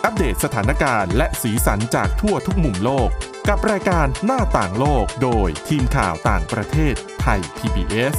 อัปเดตสถานการณ์และสีสันจากทั่วทุกมุมโลกกับรายการหน้าต่างโลกโดยทีมข่าวต่างประเทศไทย PBS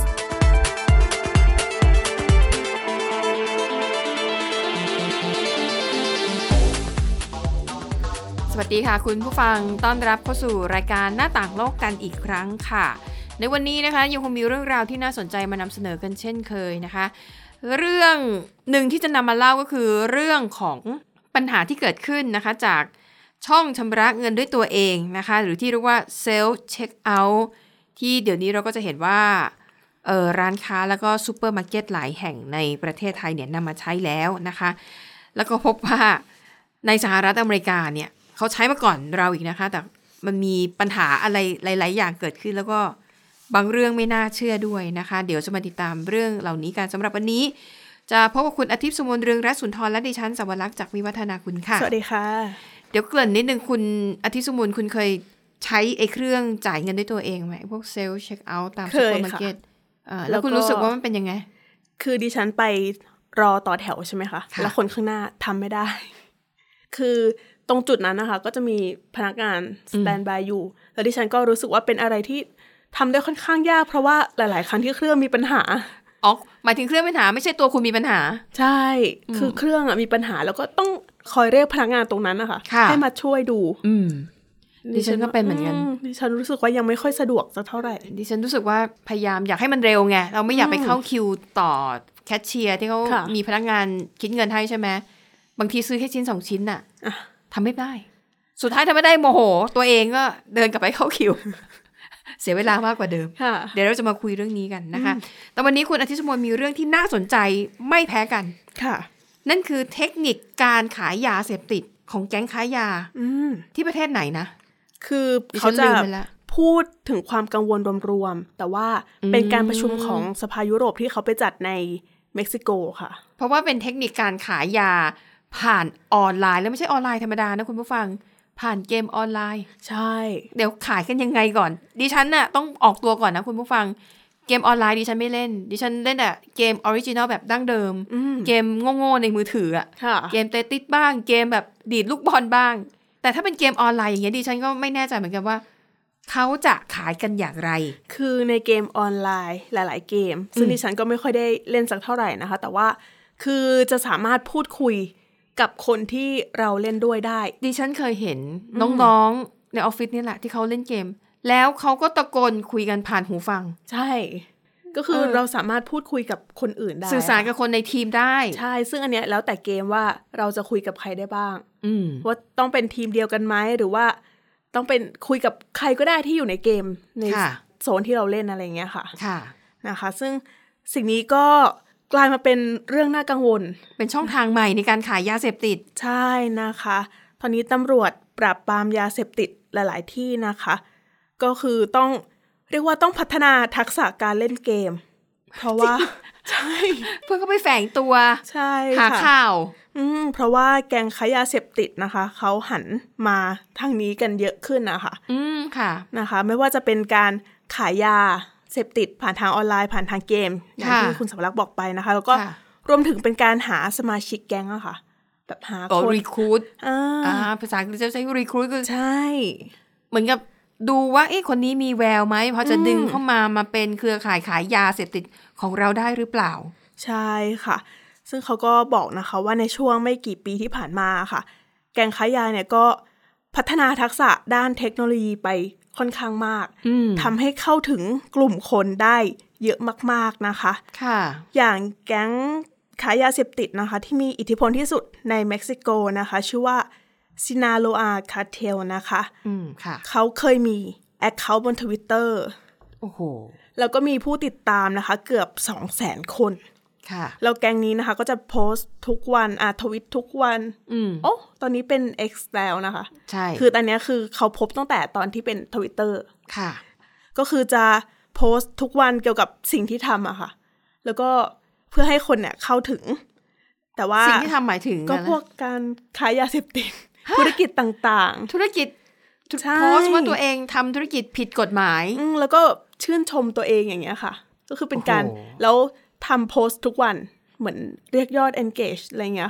สวัสดีค่ะคุณผู้ฟังต้อนรับเข้าสู่รายการหน้าต่างโลกกันอีกครั้งค่ะในวันนี้นะคะยังคงมีเรื่องราวที่น่าสนใจมานำเสนอกันเช่นเคยนะคะเรื่องหนึ่งที่จะนำมาเล่าก็คือเรื่องของปัญหาที่เกิดขึ้นนะคะจากช่องชำระเงินด้วยตัวเองนะคะหรือที่เรียกว่า self check out ที่เดี๋ยวนี้เราก็จะเห็นว่าร้านค้าแล้วก็ซูเปอร์มาร์เก็ตหลายแห่งในประเทศไทยเนี่ยนำมาใช้แล้วนะคะแล้วก็พบว่าในสหรัฐอเมริกาเนี่ยเขาใช้มาก่อนเราอีกนะคะแต่มันมีปัญหาอะไรหลายๆอย่างเกิดขึ้นแล้วก็บางเรื่องไม่น่าเชื่อด้วยนะคะเดี๋ยวจะมาติดตามเรื่องเหล่านี้กันสำหรับวันนี้จะพบกับคุณอาทิตย์สุมนเรืองรัตน์สุนทรและดิฉันสวรักษ์จากวิวัฒนาคุณค่ะสวัสดีค่ะเดี๋ยวเกริ่นนิดนึงคุณอาทิตย์สุมนคุณเคยใช้ไอ้เครื่องจ่ายเงินด้วยตัวเองไหมพวกเซลล์เช็คเอาท์ตามซูเปอร์มาร์เก็ตแล้วคุณรู้สึกว่ามันเป็นยังไงคือดิฉันไปรอต่อแถวใช่ไหมคะแล้วคนข้างหน้าทำไม่ได้คือตรงจุดนั้นนะคะก็จะมีพนักงานสแตนด์บายอยู่แล้วดิฉันก็รู้สึกว่าเป็นอะไรที่ทำได้ค่อนข้างยากเพราะว่าหลายๆครั้งที่เครื่องมีปัญหาอ๋อหมายถึงเครื่องมีปัญหาไม่ใช่ตัวคุณมีปัญหาใช่คือเครื่องมีปัญหาแล้วก็ต้องคอยเรียกพนักงานตรงนั้นนะคะให้มาช่วยดูดิฉันก็เป็นเหมือนกันดิฉันรู้สึกว่ายังไม่ค่อยสะดวกสักเท่าไหร่ดิฉันรู้สึกว่าพยายามอยากให้มันเร็วไงเราไม่อยากไปเข้าคิวต่อแคชเชียร์ที่เขามีพนักงานคิดเงินให้ใช่ไหมบางทีซื้อแค่ชิ้น2ชิ้นน่ะทำไม่ได้สุดท้ายทำไม่ได้โมโหตัวเองก็เดินกลับไปเข้าคิว เสียเวลามากกว่าเดิมเดี๋ยวเราจะมาคุยเรื่องนี้กันนะคะแต่วันนี้คุณอาทิตย์สุมนมีเรื่องที่น่าสนใจไม่แพ้กันค่ะนั่นคือเทคนิคการขายยาเสพติดของแก๊งค้ายาที่ประเทศไหนนะคือเขาจะพูดถึงความกังวลรวมๆแต่ว่าเป็นการประชุมของสภายุโรปที่เขาไปจัดในเม็กซิโกค่ะเพราะว่าเป็นเทคนิคการขายยาผ่านออนไลน์แล้วไม่ใช่ออนไลน์ธรรมดานะคุณผู้ฟังผ่านเกมออนไลน์ใช่เดี๋ยวขายกันยังไงก่อนดิฉันน่ะต้องออกตัวก่อนนะคุณผู้ฟังเกมออนไลน์ดิฉันไม่เล่นดิฉันเล่นแต่เกมออริจินอลแบบดั้งเดิมเกมโง่ๆในมือถืออ่ะเกมเตติสบ้างเกมแบบดีดลูกบอลบ้างแต่ถ้าเป็นเกมออนไลน์อย่างเงี้ยดิฉันก็ไม่แน่ใจเหมือนกันว่าเขาจะขายกันอย่างไรคือในเกมออนไลน์หลายๆเกมซึ่งดิฉันก็ไม่ค่อยได้เล่นสักเท่าไหร่นะคะแต่ว่าคือจะสามารถพูดคุยกับคนที่เราเล่นด้วยได้ดิฉันเคยเห็นน้องๆในออฟฟิศนี่แหละที่เขาเล่นเกมแล้วเขาก็ตะโกนคุยกันผ่านหูฟังใช่ก็คือเราสามารถพูดคุยกับคนอื่นได้สื่อสารกับคนในทีมได้ใช่ซึ่งอันเนี้ยแล้วแต่เกมว่าเราจะคุยกับใครได้บ้างว่าต้องเป็นทีมเดียวกันไหมหรือว่าต้องเป็นคุยกับใครก็ได้ที่อยู่ในเกมในโซนที่เราเล่นอะไรเงี้ยค่ะนะคะซึ่งสิ่งนี้ก็กลายมาเป็นเรื่องน่ากังวลเป็นช่องทางใหม่ในการขายยาเสพติดใช่นะคะตอนนี้ตำรวจปราบปรามยาเสพติดหลายๆที่นะคะก็คือต้องเรียกว่าต้องพัฒนาทักษะการเล่นเกมเพราะว่าใช่เพื่อเขาไปแฝงตัวใช่หาข่าวเพราะว่าแก๊งค้ายาเสพติดนะคะเขาหันมาทางนี้กันเยอะขึ้นนะคะค่ะนะคะไม่ว่าจะเป็นการขายยาเสพติดผ่านทางออนไลน์ผ่านทางเกมอย่างที่คุณสวรักษ์บอกไปนะคะแล้วก็รวมถึงเป็นการหาสมาชิกแก๊งอะค่ะแบบหาคนรีครูทภาษาอังกฤษจะใช้รีครูทก็ใช่เหมือนกับดูว่าคนนี้มีแววไหมพอจะดึงเข้ามาเป็นเครือข่ายขายยาเสพติดของเราได้หรือเปล่าใช่ค่ะซึ่งเขาก็บอกนะคะว่าในช่วงไม่กี่ปีที่ผ่านมาค่ะแก๊งค้ายาเนี่ยก็พัฒนาทักษะด้านเทคโนโลยีไปค่อนข้างมากทำให้เข้าถึงกลุ่มคนได้เยอะมากๆนะคะค่ะอย่างแก๊งขายยาเสพติดนะคะที่มีอิทธิพลที่สุดในเม็กซิโกนะคะชื่อว่าซินาโลอาคาร์เทลนะคะค่ะเขาเคยมีแอคเคาท์บน Twitter โอ้โหแล้วก็มีผู้ติดตามนะคะเกือบ 200,000 คนค่ะแล้วแก๊งนี้นะคะก็จะโพสต์ทุกวันทวิตทุกวันโอ้ตอนนี้เป็น X แล้วนะคะใช่คือตอนนี้คือเขาพบตั้งแต่ตอนที่เป็น Twitter ค่ะก็คือจะโพสต์ทุกวันเกี่ยวกับสิ่งที่ทำอะค่ะแล้วก็เพื่อให้คนเนี่ยเข้าถึงแต่ว่าสิ่งที่ทำหมายถึงก็พวกการขายยาเสพติดธุรกิจต่างๆธุรกิจโพสต์ว่าตัวเองทำธุรกิจผิดกฎหมายแล้วก็ชื่นชมตัวเองอย่างเงี้ยค่ะก็คือเป็นการแล้วทำโพสต์ทุกวันเหมือนเรียกยอด engage อะไรเงี้ยค่ะ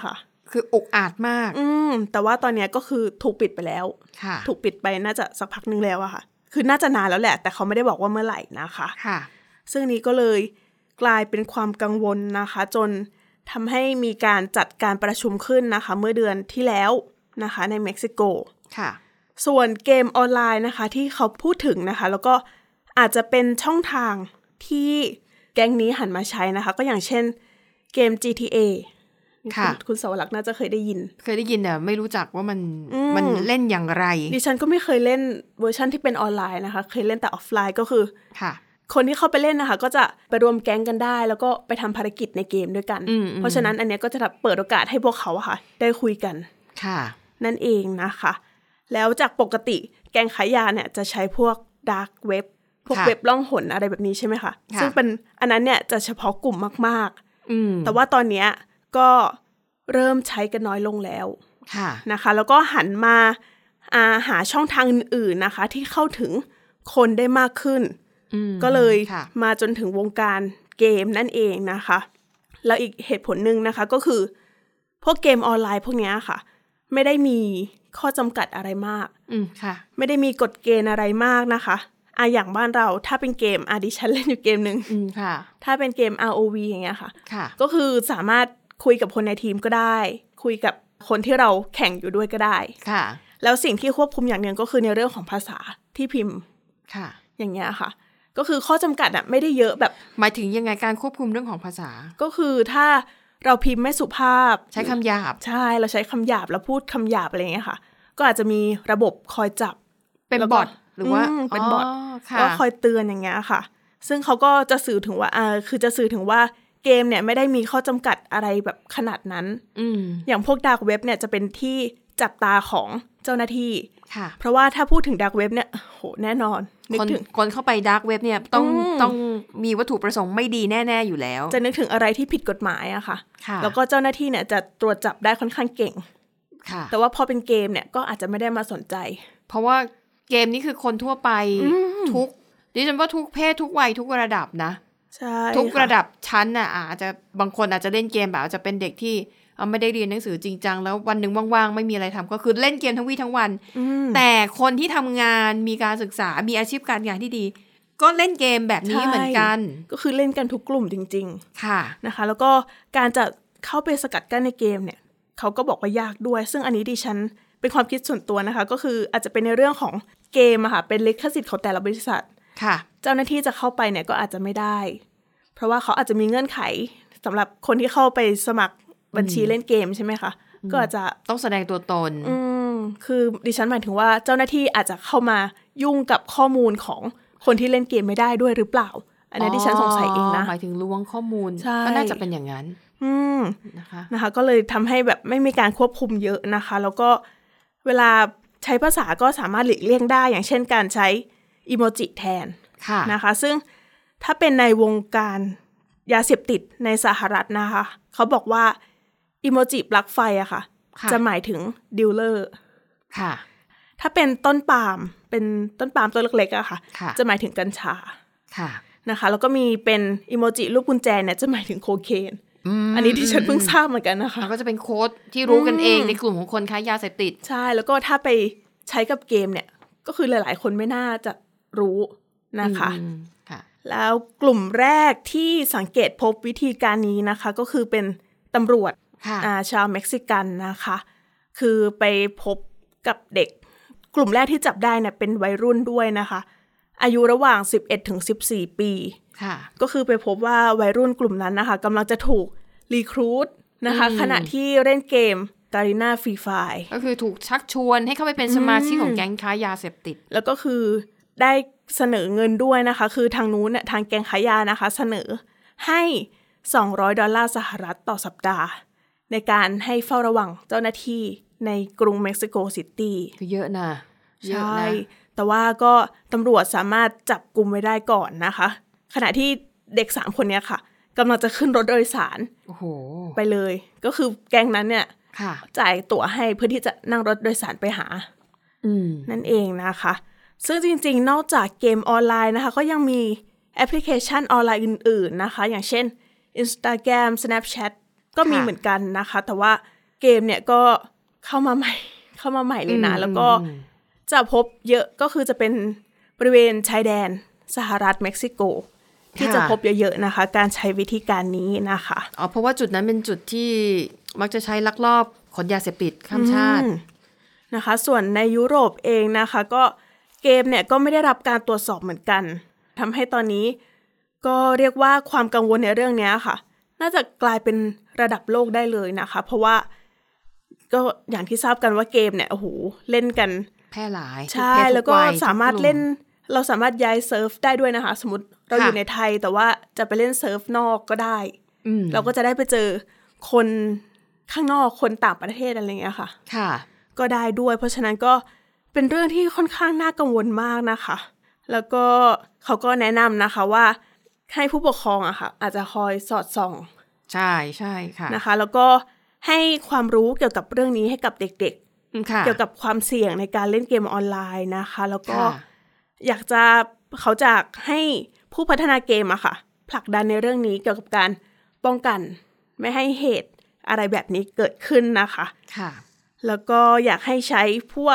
คืออุกอาจมากแต่ว่าตอนนี้ก็คือถูกปิดไปแล้วถูกปิดไปน่าจะสักพักนึงแล้วอะค่ะคือน่าจะนานแล้วแหละแต่เขาไม่ได้บอกว่าเมื่อไหร่นะคะค่ะซึ่งนี้ก็เลยกลายเป็นความกังวลนะคะจนทำให้มีการจัดการประชุมขึ้นนะคะเมื่อเดือนที่แล้วนะคะในเม็กซิโกค่ะส่วนเกมออนไลน์นะคะที่เขาพูดถึงนะคะแล้วก็อาจจะเป็นช่องทางที่แก๊งนี้หันมาใช้นะคะก็อย่างเช่นเกม GTA คุณสวรักษ์น่าจะเคยได้ยินแต่ไม่รู้จักว่ามันเล่นอย่างไรดิฉันก็ไม่เคยเล่นเวอร์ชันที่เป็นออนไลน์นะคะเคยเล่นแต่ออฟไลน์ก็คือค่ะคนที่เข้าไปเล่นนะคะก็จะไปรวมแก๊งกันได้แล้วก็ไปทำภารกิจในเกมด้วยกันเพราะฉะนั้นอันนี้ก็จะเปิดโอกาสให้พวกเขาค่ะได้คุยกันค่ะนั่นเองนะคะแล้วจากปกติแก๊งขายยาเนี่ยจะใช้พวกดาร์กเว็บพวกเว็บล่องหนอะไรแบบนี้ใช่ไหมคะซึ่งเป็นอันนั้นเนี่ยจะเฉพาะกลุ่มมากๆแต่ว่าตอนนี้ก็เริ่มใช้กันน้อยลงแล้วนะคะแล้วก็หันมาหาช่องทางอื่นๆนะคะที่เข้าถึงคนได้มากขึ้นก็เลยมาจนถึงวงการเกมนั่นเองนะคะแล้วอีกเหตุผลหนึ่งนะคะก็คือพวกเกมออนไลน์พวกนี้ค่ะไม่ได้มีข้อจำกัดอะไรมากไม่ได้มีกฎเกณฑ์อะไรมากนะคะอย่างบ้านเราถ้าเป็นเกมดิฉันเล่นอยู่เกมนึงถ้าเป็นเกม ROV อย่างเงี้ยค่ะก็คือสามารถคุยกับคนในทีมก็ได้คุยกับคนที่เราแข่งอยู่ด้วยก็ได้แล้วสิ่งที่ควบคุมอย่างนึงก็คือในเรื่องของภาษาที่พิมพ์อย่างเงี้ยค่ะก็คือข้อจำกัดไม่ได้เยอะแบบหมายถึงยังไงการควบคุมเรื่องของภาษาก็คือถ้าเราพิมพ์ไม่สุภาพใช้คำหยาบใช่เราใช้คำหยาบแล้วพูดคำหยาบอะไรอย่างเงี้ยค่ะก็อาจจะมีระบบคอยจับเป็นบอทหรือว่าเป็นบอทก็คอยเตือนอย่างเงี้ยค่ะซึ่งเขาก็จะสื่อถึงว่าคือจะสื่อถึงว่าเกมเนี่ยไม่ได้มีข้อจำกัดอะไรแบบขนาดนั้นอย่างพวกดาร์กเว็บเนี่ยจะเป็นที่จับตาของเจ้าหน้าที่เพราะว่าถ้าพูดถึงดาร์กเว็บเนี่ยโหแน่นอนนึกถึงคนเข้าไปดาร์กเว็บเนี่ยต้องมีวัตถุประสงค์ไม่ดีแน่ๆอยู่แล้วจะนึกถึงอะไรที่ผิดกฎหมายอะค่ะแล้วก็เจ้าหน้าที่เนี่ยจะตรวจจับได้ค่อนข้างเก่งแต่ว่าพอเป็นเกมเนี่ยก็อาจจะไม่ได้มาสนใจเพราะว่าเกมนี้คือคนทั่วไปทุกดิฉันว่าทุกเพศทุกวัยทุกระดับนะทุกระดับชั้นน่ะอาจจะบางคนอาจจะเล่นเกมแบบอาจจะเป็นเด็กที่ไม่ได้เรียนหนังสือจริงจังแล้ววันหนึ่งว่างๆไม่มีอะไรทำก็คือเล่นเกมทั้งวี่ทั้งวันแต่คนที่ทำงานมีการศึกษามีอาชีพการงานที่ดีก็เล่นเกมแบบนี้เหมือนกันก็คือเล่นกันทุกกลุ่มจริงๆค่ะนะคะแล้วก็การจะเข้าไปสกัดกั้นในเกมเนี่ยเขาก็บอกว่ายากด้วยซึ่งอันนี้ดิฉันเป็นความคิดส่วนตัวนะคะก็คืออาจจะเป็นในเรื่องของเกมอะค่ะเป็นลิขสิทธิ์ของแต่ละบริษัทเจ้าหน้าที่จะเข้าไปเนี่ยก็อาจจะไม่ได้เพราะว่าเขาอาจจะมีเงื่อนไขสำหรับคนที่เข้าไปสมัครบัญชีเล่นเกมใช่ไหมคะก็อาจจะต้องแสดงตัวตนคือดิฉันหมายถึงว่าเจ้าหน้าที่อาจจะเข้ามายุ่งกับข้อมูลของคนที่เล่นเกมไม่ได้ด้วยหรือเปล่าอันนี้ดิฉันสงสัยเองนะหมายถึงล้วงข้อมูลก็น่าจะเป็นอย่างนั้นนะคะก็เลยทำให้แบบไม่มีการควบคุมเยอะนะคะแล้วก็เวลาใช้ภาษาก็สามารถหลีกเลี่ยงได้อย่างเช่นการใช้อีโมจิแทนนะคะซึ่งถ้าเป็นในวงการยาเสพติดในสหรัฐนะคะเขาบอกว่าอีโมจิปลั๊กไฟอะค่ะจะหมายถึงดีลเลอร์ถ้าเป็นต้นปาล์มต้นเล็กๆอะค่ะจะหมายถึงกัญชานะคะแล้วก็มีเป็นอีโมจิรูปกุญแจเนี่ยจะหมายถึงโคเคนอันนี้ที่ฉันเพิ่งทราบเหมือนกันนะคะก็จะเป็นโค้ดที่รู้กันเองในกลุ่มของคนค้ายาเสพติดใช่แล้วก็ถ้าไปใช้กับเกมเนี่ยก็คือหลายๆคนไม่น่าจะรู้นะคะแล้วกลุ่มแรกที่สังเกตพบวิธีการนี้นะคะก็คือเป็นตำรวจชาวเม็กซิกันนะคะคือไปพบกับเด็กกลุ่มแรกที่จับได้เนี่ยเป็นวัยรุ่นด้วยนะคะอายุระหว่าง 11-14 ปีก็คือไปพบว่าวัยรุ่นกลุ่มนั้นนะคะกำลังจะถูกรีครูทนะคะขณะที่เล่นเกมGarena Free Fire ก็คือถูกชักชวนให้เข้าไปเป็นสมาชิกของแก๊งค้ายาเสพติดแล้วก็คือได้เสนอเงินด้วยนะคะคือทางนู้นเนี่ยทางแก๊งค้ายานะคะเสนอให้$200ต่อสัปดาห์ในการให้เฝ้าระวังเจ้าหน้าที่ในกรุงเม็กซิโกซิตี้คือเยอะนะใช่แต่ว่าก็ตำรวจสามารถจับกุมไว้ได้ก่อนนะคะขณะที่เด็ก3คนนี้ค่ะกำลังจะขึ้นรถโดยสารไปเลยก็คือแก๊งนั้นเนี่ยจ่ายตั๋วให้เพื่อที่จะนั่งรถโดยสารไปหานั่นเองนะคะซึ่งจริงๆนอกจากเกมออนไลน์นะคะก็ยังมีแอปพลิเคชันออนไลน์อื่นๆนะคะอย่างเช่น Instagram Snapchat ก็มีเหมือนกันนะคะแต่ว่าเกมเนี่ยก็เข้ามาใหม่เลยนะแล้วก็จะพบเยอะก็คือจะเป็นบริเวณชายแดนสหรัฐเม็กซิโกที่จะพบเยอะๆนะคะการใช้วิธีการนี้นะคะเพราะว่าจุดนั้นเป็นจุดที่มักจะใช้ลักลอบขนยาเสพติดข้ามชาตินะคะส่วนในยุโรปเองนะคะก็เกมเนี่ยก็ไม่ได้รับการตรวจสอบเหมือนกันทำให้ตอนนี้ก็เรียกว่าความกังวลในเรื่องนี้ค่ะน่าจะกลายเป็นระดับโลกได้เลยนะคะเพราะว่าก็อย่างที่ทราบกันว่าเกมเนี่ยโอ้โหเล่นกันแพร่หลายใช่แล้วก็สามารถเล่นเราสามารถย้ายเซิร์ฟได้ด้วยนะคะสมมติเราอยู่ในไทยแต่ว่าจะไปเล่นเซิร์ฟนอกก็ได้เราก็จะได้ไปเจอคนข้างนอกคนต่างประเทศอะไรอย่างเงี้ยค่ะก็ได้ด้วยเพราะฉะนั้นก็เป็นเรื่องที่ค่อนข้างน่ากังวลมากนะคะแล้วก็เขาก็แนะนำนะคะว่าให้ผู้ปกครองอะค่ะอาจจะคอยสอดส่องใช่ใช่ค่ะนะคะแล้วก็ให้ความรู้เกี่ยวกับเรื่องนี้ให้กับเด็กๆเกี่ยวกับความเสี่ยงในการเล่นเกมออนไลน์นะคะแล้วก็เขาจะให้ผู้พัฒนาเกมอะค่ะผลักดันในเรื่องนี้เกี่ยวกับการป้องกันไม่ให้เหตุอะไรแบบนี้เกิดขึ้นนะคะค่ะแล้วก็อยากให้ใช้พวก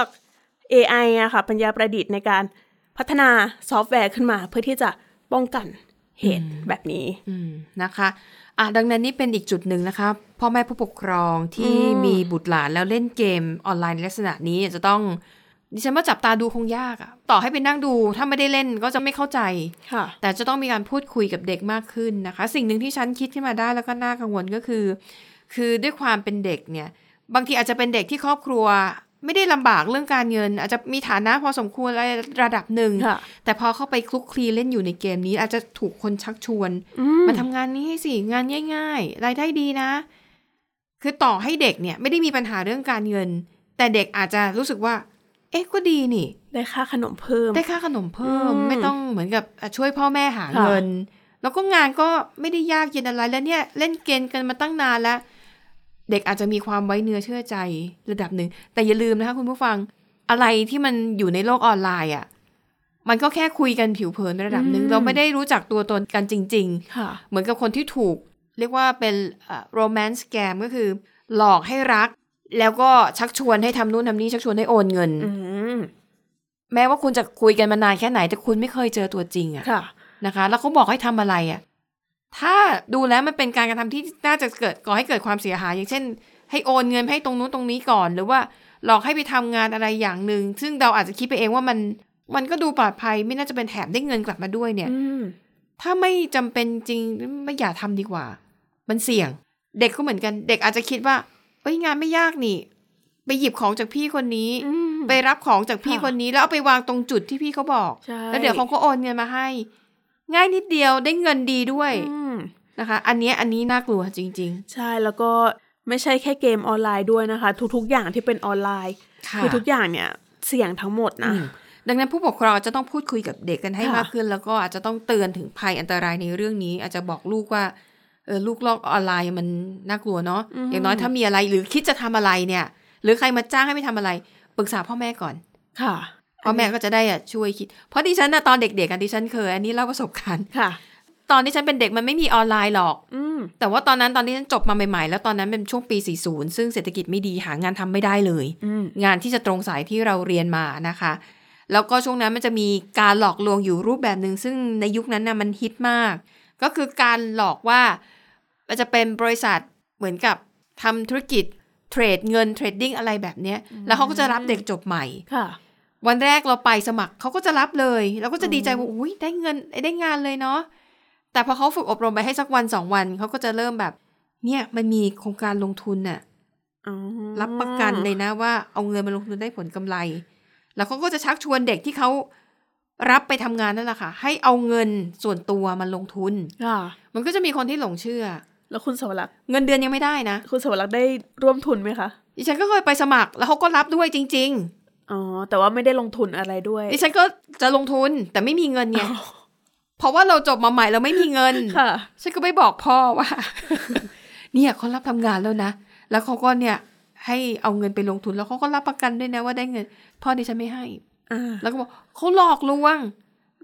AI อะค่ะปัญญาประดิษฐ์ในการพัฒนาซอฟต์แวร์ขึ้นมาเพื่อที่จะป้องกันเหตุแบบนี้นะคะดังนั้นนี่เป็นอีกจุดหนึ่งนะคะพ่อแม่ผู้ปกครองที่มีบุตรหลานแล้วเล่นเกมออนไลน์ในลักษณะนี้จะต้องดิฉันว่าจับตาดูคงยากอะต่อให้ไปนั่งดูถ้าไม่ได้เล่นก็จะไม่เข้าใจแต่จะต้องมีการพูดคุยกับเด็กมากขึ้นนะคะสิ่งหนึ่งที่ฉันคิดขึ้นมาได้แล้วก็น่ากังวลก็คือด้วยความเป็นเด็กเนี่ยบางทีอาจจะเป็นเด็กที่ครอบครัวไม่ได้ลำบากเรื่องการเงินอาจจะมีฐานะพอสมควรระดับหนึ่งแต่พอเข้าไปคลุกคลีเล่นอยู่ในเกมนี้อาจจะถูกคนชักชวนมาทำงานนี้ให้สิงานง่ายๆรายได้ดีนะคือต่อให้เด็กเนี่ยไม่ได้มีปัญหาเรื่องการเงินแต่เด็กอาจจะรู้สึกว่าก็ดีนี่ได้ค่าขนมเพิ่มไม่ต้องเหมือนกับช่วยพ่อแม่หาเงินแล้วก็งานก็ไม่ได้ยากเย็นอะไรแล้วเนี่ยเล่นเกมกันมาตั้งนานแล้วเด็กอาจจะมีความไว้เนื้อเชื่อใจระดับหนึ่งแต่อย่าลืมนะคะคุณผู้ฟังอะไรที่มันอยู่ในโลกออนไลน์อ่ะมันก็แค่คุยกันผิวเผินระดับหนึ่งเราไม่ได้รู้จักตัวตนกันจริงๆเหมือนกับคนที่ถูกเรียกว่าเป็นromance scam ก็คือหลอกให้รักแล้วก็ชักชวนให้ทำนู่นทำนี่ชักชวนให้โอนเงินแม้ว่าคุณจะคุยกันมานานแค่ไหนแต่คุณไม่เคยเจอตัวจริงอะนะคะแล้วเขาบอกให้ทำอะไรอะถ้าดูแล้วมันเป็นการกระทำที่น่าจะก่อให้เกิดความเสียหายอย่างเช่นให้โอนเงินให้ตรงนู้นตรงนี้ก่อนหรือว่าหลอกให้ไปทำงานอะไรอย่างหนึ่งซึ่งเราอาจจะคิดไปเองว่ามันก็ดูปลอดภัยไม่น่าจะเป็นแถมได้เงินกลับมาด้วยเนี่ยถ้าไม่จำเป็นจริงไม่อย่าทำดีกว่ามันเสี่ยงเด็กก็เหมือนกันเด็กอาจจะคิดว่างานไม่ยากนี่ไปหยิบของจากพี่คนนี้ไปรับของจากพี่คนนี้แล้วเอาไปวางตรงจุดที่พี่เขาบอกแล้วเดี๋ยวเขาก็โอนเงินมาให้ง่ายนิดเดียวได้เงินดีด้วยนะคะอันนี้น่ากลัวจริงๆใช่แล้วก็ไม่ใช่แค่เกมออนไลน์ด้วยนะคะทุกๆอย่างที่เป็นออนไลน์คือทุกอย่างเนี่ยเสี่ยงทั้งหมดนะดังนั้นผู้ปกครองจะต้องพูดคุยกับเด็กกันให้มากขึ้นแล้วก็อาจจะต้องเตือนถึงภัยอันตรายในเรื่องนี้อาจจะบอกลูกว่าลูกโลกออนไลน์มันน่ากลัวเนาะอย่างน้อยถ้ามีอะไรหรือคิดจะทำอะไรเนี่ยหรือใครมาจ้างให้ไปทำอะไรปรึกษาพ่อแม่ก่อนค่ะพ่อแม่ก็จะได้ช่วยคิดเพราะดิฉันตอนเด็กๆกันดิฉันเคยอันนี้เล่าประสบการณ์ค่ะตอนที่ฉันเป็นเด็กมันไม่มีออนไลน์หรอกแต่ว่าตอนที่ฉันจบมาใหม่ๆแล้วตอนนั้นเป็นช่วงปี40ซึ่งเศรษฐกิจไม่ดีหางานทำไม่ได้เลยงานที่จะตรงสายที่เราเรียนมานะคะแล้วก็ช่วงนั้นมันจะมีการหลอกลวงอยู่รูปแบบนึงซึ่งในยุคนั้นน่ะมันฮิตมากก็คือการหลอกว่ามันจะเป็นบริษัทเหมือนกับทำธุรกิจเทรดเงินเทรดดิ้งอะไรแบบนี้แล้วเขาก็จะรับเด็กจบใหม่วันแรกเราไปสมัครเขาก็จะรับเลยเราก็จะดีใจว่าอุ้ยได้เงินได้งานเลยเนาะแต่พอเขาฝึกอบรมไปให้สักวัน2วันเขาก็จะเริ่มแบบเนี่ยมันมีโครงการลงทุนน่ะรับประกันเลยนะว่าเอาเงินมาลงทุนได้ผลกำไรแล้วเขาก็จะชักชวนเด็กที่เขารับไปทำงานนั่นแหละค่ะให้เอาเงินส่วนตัวมาลงทุนมันก็จะมีคนที่หลงเชื่อแล้วคุณสวรักษ์เงินเดือนยังไม่ได้นะคุณสวรักษ์ได้ร่วมทุนไหมคะดิฉันก็เคยไปสมัครแล้วเขาก็รับด้วยจริงๆแต่ว่าไม่ได้ลงทุนอะไรด้วยดิฉันก็จะลงทุนแต่ไม่มีเงินไงเพราะว่าเราจบมาใหม่เราไม่มีเงินฉันก็ไปบอกพ่อว่า เนี่ยเขารับทำงานแล้วนะแล้วเขาก็เนี่ยให้เอาเงินไปลงทุนแล้วเขาก็รับประกันด้วยนะว่าได้เงินพ่อดิฉันไม่ให้แล้วก็บอกเขาหลอกลวง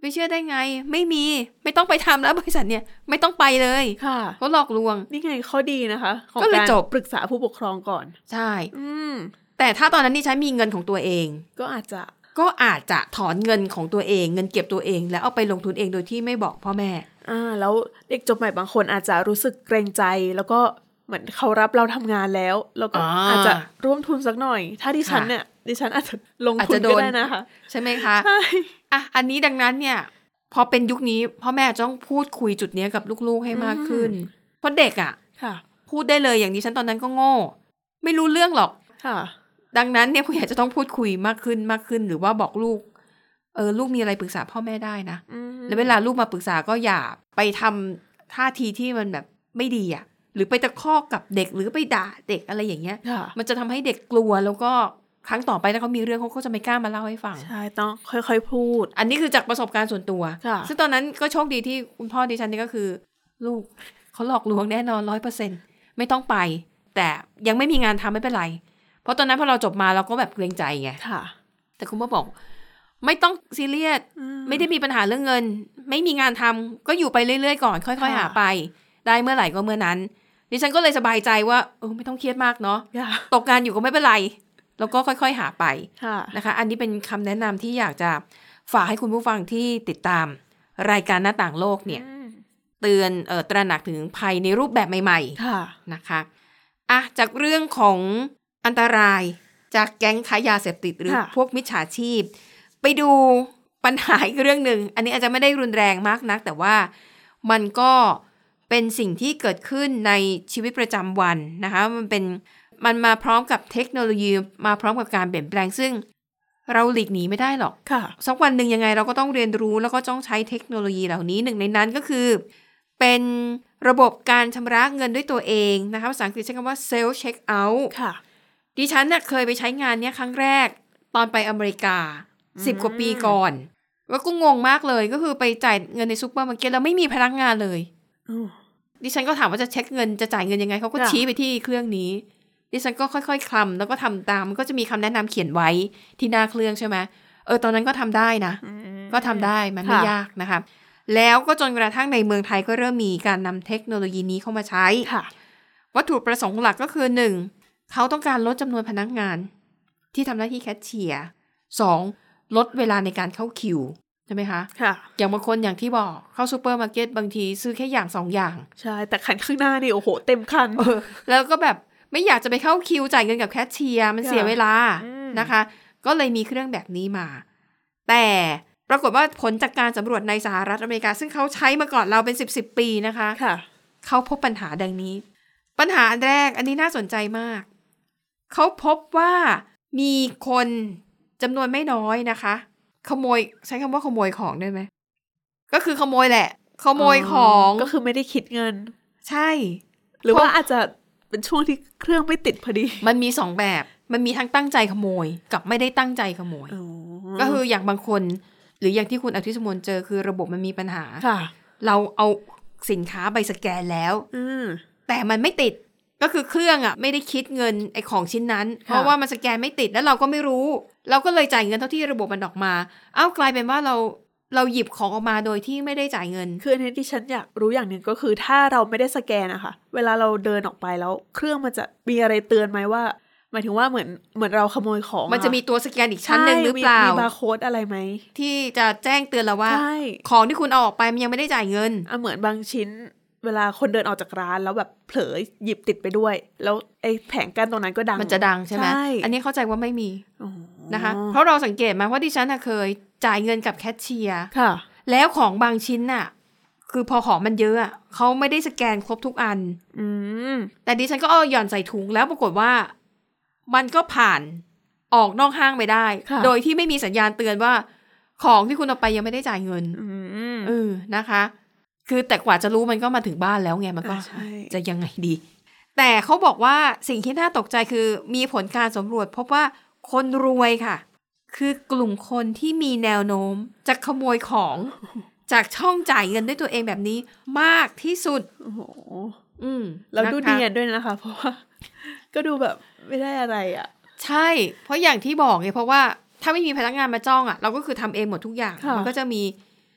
ไม่เชื่อได้ไงไม่มีไม่ต้องไปทำแล้วบริษัทเนี่ยไม่ต้องไปเลยเขาหลอกลวงนี่ไงข้อดีนะคะของการปรึกษาผู้ปกครองก่อนใช่แต่ถ้าตอนนั้นดิฉันมีเงินของตัวเองก็อาจจะถอนเงินของตัวเองเงินเก็บตัวเองแล้วเอาไปลงทุนเองโดยที่ไม่บอกพ่อแม่แล้วเด็กจบใหม่บางคนอาจจะรู้สึกเกรงใจแล้วก็เหมือนเขารับเราทำงานแล้วก็อาจจะร่วมทุนสักหน่อยถ้าดิฉันอาจจะลงทุนก็ได้นะคะใช่ไหมคะใช่อันนี้ดังนั้นเนี่ยพอเป็นยุคนี้พ่อแม่ต้องพูดคุยจุดนี้กับลูกๆให้มากขึ้นเพราะเด็กพูดได้เลยอย่างดิฉันตอนนั้นก็โง่ไม่รู้เรื่องหรอกดังนั้นเนี่ยผู้ใหญ่จะต้องพูดคุยมากขึ้นหรือว่าบอกลูกลูกมีอะไรปรึกษาพ่อแม่ได้นะแล้วเวลาลูกมาปรึกษาก็อย่าไปทำท่าทีที่มันแบบไม่ดีอ่ะหรือไปตะคอกกับเด็กหรือไปด่าเด็กอะไรอย่างเงี้ยมันจะทำให้เด็กกลัวแล้วก็ครั้งต่อไปถ้าเขามีเรื่องเขาก็จะไม่กล้ามาเล่าให้ฟังใช่ต้องค่อยๆพูดอันนี้คือจากประสบการณ์ส่วนตัวซึ่งตอนนั้นก็โชคดีที่คุณพ่อดิฉันนี่ก็คือลูกเขาหลอกลวงแน่นอน 100% ไม่ต้องไปแต่ยังไม่มีงานทำไม่เป็นไรเพราะตอนนั้นพอเราจบมาเราก็แบบเกรงใจไงแต่คุณพ่อบอกไม่ต้องซีเรียสไม่ได้มีปัญหาเรื่องเงินไม่มีงานทำก็อยู่ไปเรื่อยๆก่อนค่อยๆหาไปได้เมื่อไหร่ก็เมื่อนั้นดิฉันก็เลยสบายใจว่าไม่ต้องเครียดมากเนาะตกงานอยู่ก็ไม่เป็นไรแล้วก็ค่อยๆหาไปนะคะอันนี้เป็นคำแนะนำที่อยากจะฝากให้คุณผู้ฟังที่ติดตามรายการหน้าต่างโลกเนี่ยเตือนตระหนักถึงภัยในรูปแบบใหม่ๆนะคะจากเรื่องของอันตรายจากแก๊งค้ายาเสพติดหรือพวกมิจฉาชีพไปดูปัญหาอีกเรื่องหนึ่งอันนี้อาจจะไม่ได้รุนแรงมากนักแต่ว่ามันก็เป็นสิ่งที่เกิดขึ้นในชีวิตประจำวันนะคะมันมาพร้อมกับเทคโนโลยีมาพร้อมกับการเปลี่ยนแปลงซึ่งเราหลีกหนีไม่ได้หรอกสักวันหนึ่งยังไงเราก็ต้องเรียนรู้แล้วก็ต้องใช้เทคโนโลยีเหล่านี้หนึ่งในนั้นก็คือเป็นระบบการชำระเงินด้วยตัวเองนะคะภาษาอังกฤษใช้คำว่า self check out ดิฉันน่ะเคยไปใช้งานเนี้ยครั้งแรกตอนไปอเมริกา10 กว่าปีก่อนแล้วก็งงมากเลยก็คือไปจ่ายเงินในซุปเปอร์มาร์เก็ตแล้วไม่มีพนักงานเลยดิฉันก็ถามว่าจะเช็คเงินจะจ่ายเงินยังไงเขาก็ชี้ไปที่เครื่องนี้ดิฉันก็ค่อยๆคลำแล้วก็ทำตามมันก็จะมีคำแนะนำเขียนไว้ที่หน้าเครื่องใช่ไหมตอนนั้นก็ทำได้นะก็ทำได้มันไม่ยากนะคะแล้วก็จนกระทั่งในเมืองไทยก็เริ่มมีการนำเทคโนโลยีนี้เข้ามาใช้วัตถุประสงค์หลักก็คือ 1. เขาต้องการลดจำนวนพนักงานที่ทำหน้าที่แคชเชียร์ 2. ลดเวลาในการเข้าคิวใช่ไหมคะอย่างบางคนอย่างที่บอกเข้าซูเปอร์มาร์เก็ตบางทีซื้อแค่อย่าง2อย่างใช่แต่คันข้างหน้านี่โอ้โหเต็มคันแล้วก็แบบไม่อยากจะไปเข้าคิวจ่ายเงินกับแคชเชียร์มันเสียเวลานะคะก็เลยมีเครื่องแบบนี้มาแต่ปรากฏว่าผลจากการสำรวจในสหรัฐอเมริกาซึ่งเขาใช้มาก่อนเราเป็น10 ปีนะคะเขาพบปัญหาดังนี้ปัญหาอันแรกอันนี้น่าสนใจมากเขาพบว่ามีคนจำนวนไม่น้อยนะคะขโมยใช้คำว่าขโมยของได้ไหมก็คือขโมยแหละขโมยของก็คือไม่ได้คิดเงินใช่หรือว่าอาจจะเป็นช่วงที่เครื่องไม่ติดพอดีมันมี2แบบมันมีทั้งตั้งใจขโมยกับไม่ได้ตั้งใจขโมยก็คืออย่างบางคนหรืออย่างที่คุณอธิสมนเจอคือระบบมันมีปัญหาเราเอาสินค้าไปสแกนแล้วแต่มันไม่ติดก็คือเครื่องไม่ได้คิดเงินไอ้ของชิ้นนั้นเพราะว่ามันสแกนไม่ติดแล้วเราก็ไม่รู้เราก็เลยจ่ายเงินเท่าที่ระบบมันออกมากลายเป็นว่าเราหยิบของออกมาโดยที่ไม่ได้จ่ายเงินคืออันนี้ที่ฉันอยากรู้อย่างหนึ่งก็คือถ้าเราไม่ได้สแกนนะคะเวลาเราเดินออกไปแล้วเครื่องมันจะมีอะไรเตือนไหมว่าหมายถึงว่าเหมือนเราขโมยของมันจะมีตัวสแกนอีกชั้นนึงหรือเปล่ามีบาร์โค้ดอะไรไหมที่จะแจ้งเตือนเราว่าของที่คุณเอาออกไปมันยังไม่ได้จ่ายเงินเหมือนบางชิ้นเวลาคนเดินออกจากร้านแล้วแบบเผลอหยิบติดไปด้วยแล้วไอ้แผงกั้นตรงนั้นก็ดังมันจะดังใช่ไหมอันนี้เข้าใจว่าไม่มีนะคะเพราะเราสังเกตมาว่าดิฉันเคยจ่ายเงินกับแคชเชียร์แล้วของบางชิ้นน่ะคือพอของมันเยอะเขาไม่ได้สแกนครบทุกอันแต่ดิฉันก็เอาหย่อนใส่ถุงแล้วปรากฏว่ามันก็ผ่านออกนอกห้างไปได้โดยที่ไม่มีสัญญาณเตือนว่าของที่คุณเอาไปยังไม่ได้จ่ายเงินนะคะคือแต่กว่าจะรู้มันก็มาถึงบ้านแล้วไงมันก็จะยังไงดีแต่เขาบอกว่าสิ่งที่น่าตกใจคือมีผลการสำรวจพบว่าคนรวยค่ะคือกลุ่มคนที่มีแนวโน้มจะขโมยของจากช่องจ่ายเงินด้วยตัวเองแบบนี้มากที่สุดโอ้โหแล้วดูเนียนด้วยนะคะเพราะว่าก็ดูแบบไม่ได้อะไรใช่เพราะอย่างที่บอกไงเพราะว่าถ้าไม่มีพนักงานมาจ้องเราก็คือทำเองหมดทุกอย่างมันก็จะมี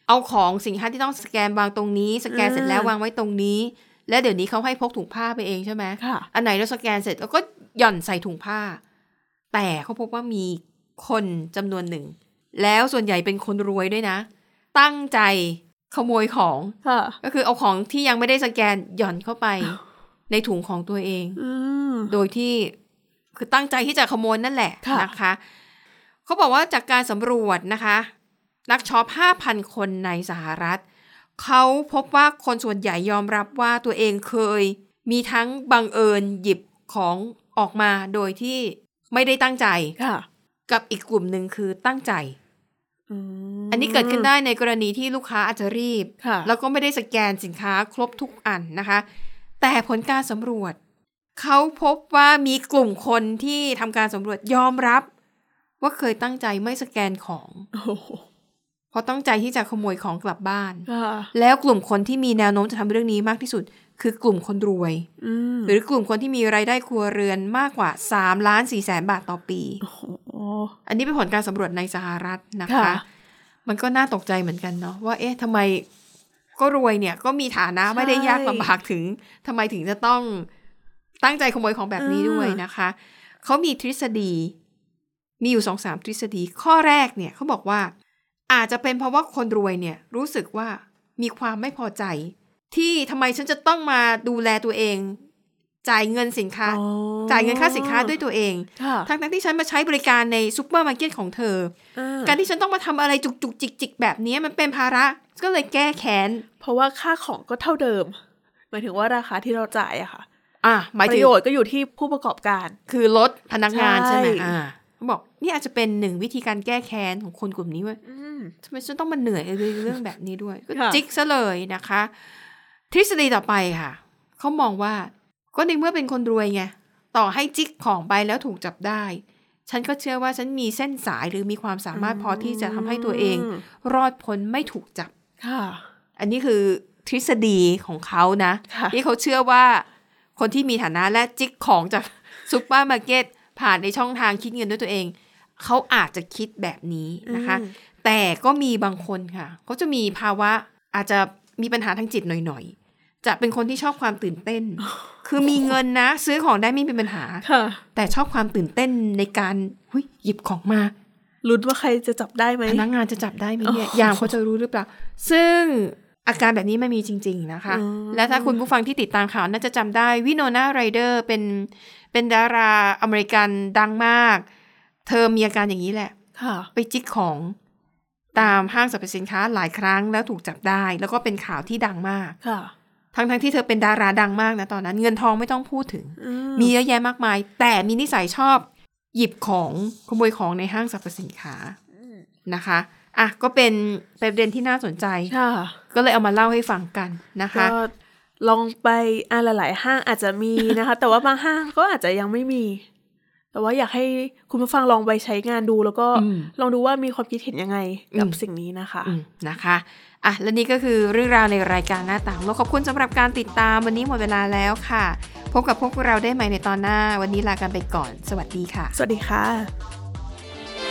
เอาของสินค้าที่ต้องสแกนวางตรงนี้สแกนเสร็จแล้ววางไว้ตรงนี้และเดี๋ยวนี้เขาให้พกถุงผ้าไปเองใช่ไหมอันไหนเราสแกนเสร็จแล้วก็หย่อนใส่ถุงผ้าแต่เขาพบว่ามีคนจำนวนหนึ่งแล้วส่วนใหญ่เป็นคนรวยด้วยนะตั้งใจขโมยของก็คือเอาของที่ยังไม่ได้สแกนหย่อนเข้าไปในถุงของตัวเองโดยที่คือตั้งใจที่จะขโมยนั่นแหละนะคะเขาบอกว่าจากการสำรวจนะคะนักช็อป 5,000 คนในสหรัฐเขาพบว่าคนส่วนใหญ่ยอมรับว่าตัวเองเคยมีทั้งบังเอิญหยิบของออกมาโดยที่ไม่ได้ตั้งใจกับอีกกลุ่มหนึ่งคือตั้งใจอันนี้เกิดขึ้นได้ในกรณีที่ลูกค้าอาจจะรีบแล้วก็ไม่ได้สแกนสินค้าครบทุกอันนะคะแต่ผลการสำรวจเขาพบว่ามีกลุ่มคนที่ทำการสำรวจยอมรับว่าเคยตั้งใจไม่สแกนของเพราะตั้งใจที่จะขโมยของกลับบ้านแล้วกลุ่มคนที่มีแนวโน้มจะทำเรื่องนี้มากที่สุดคือกลุ่มคนรวยหรือกลุ่มคนที่มีรายได้ครัวเรือนมากกว่า 3,400,000 บาทต่อปีอันนี้เป็นผลการสำรวจในสหรัฐนะคะมันก็น่าตกใจเหมือนกันเนาะว่าเอ๊ะทำไมก็รวยเนี่ยก็มีฐานะไม่ได้ยากลำบากถึงทำไมถึงจะต้องตั้งใจขโมยของแบบนี้ด้วยนะคะเขามีทฤษฎีมีอยู่ 2-3 ทฤษฎีข้อแรกเนี่ยเขาบอกว่าอาจจะเป็นเพราะว่าคนรวยเนี่ยรู้สึกว่ามีความไม่พอใจที่ทำไมฉันจะต้องมาดูแลตัวเองจ่ายเงินสินค้าจ่ายเงินค่าสินค้าด้วยตัวเองทั้งที่ฉันมาใช้บริการในซุปเปอร์มาร์เก็ตของเธอการที่ฉันต้องมาทำอะไรจุกๆจิกๆแบบนี้มันเป็นภาระก็เลยแก้แค้นเพราะว่าค่าของก็เท่าเดิมหมายถึงว่าราคาที่เราจ่ายอะค่ะหมายถึงประโยชน์ก็อยู่ที่ผู้ประกอบการคือลดพนักงานใช่ไหมเขาบอกนี่อาจจะเป็นหนึ่งวิธีการแก้แค้นของคนกลุ่มนี้ว่าทำไมฉันต้องมาเหนื่อยเรื่องแบบนี้ด้วยก็จิกซะเลยนะคะทฤษฎีต่อไปค่ะเขามองว่าก็ในเมื่อเป็นคนรวยไงต่อให้จิกของไปแล้วถูกจับได้ฉันก็เชื่อว่าฉันมีเส้นสายหรือมีความสามารถพอที่จะทำให้ตัวเองรอดพ้นไม่ถูกจับอันนี้คือทฤษฎีของเขานะที่เขาเชื่อว่าคนที่มีฐานะและจิกของจากซุปเปอร์มาร์เก็ตผ่านในช่องทางคิดเงินด้วยตัวเองเขาอาจจะคิดแบบนี้นะคะแต่ก็มีบางคนค่ะเขาจะมีภาวะอาจจะมีปัญหาทางจิตหน่อยๆจะเป็นคนที่ชอบความตื่นเต้นคือมีเงินนะซื้อของได้ไม่มีปัญหาแต่ชอบความตื่นเต้นในการหยิบของมาลุ้นว่าใครจะจับได้ไหมพนักงานจะจับได้ไหมเนี่ยยามเขาจะรู้หรือเปล่าซึ่งอาการแบบนี้ไม่มีจริงๆนะคะและถ้าคุณผู้ฟังที่ติดตามข่าวน่าจะจำได้วิโนนาไรเดอร์เป็นดาราอเมริกันดังมากเธอมีอาการอย่างนี้แหละไปจิกของตามห้างสรรพสินค้าหลายครั้งแล้วถูกจับได้แล้วก็เป็นข่าวที่ดังมากทั้งที่เธอเป็นดาราดังมากนะตอนนั้นเงินทองไม่ต้องพูดถึงมีเยอะแยะมากมายแต่มีนิสัยชอบหยิบของขโมยของในห้างสรรพสินค้านะคะก็เป็นประเด็นที่น่าสนใจก็เลยเอามาเล่าให้ฟังกันนะคะลองไปหลายๆห้างอาจจะมีนะคะ แต่ว่าบางห้างก็อาจจะยังไม่มีแต่ว่าอยากให้คุณผู้ฟังลองไปใช้งานดูแล้วก็ลองดูว่ามีความคิดเห็นยังไงกับสิ่งนี้นะคะนะคะและนี่ก็คือเรื่องราวในรายการหน้าต่างโลกขอบคุณสำหรับการติดตามวันนี้หมดเวลาแล้วค่ะพบกับพวกเราได้ใหม่ในตอนหน้าวันนี้ลากันไปก่อนสวัสดีค่ะสวัสดีค่ะ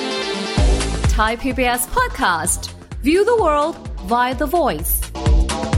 Thai PBS podcast View the world via the voice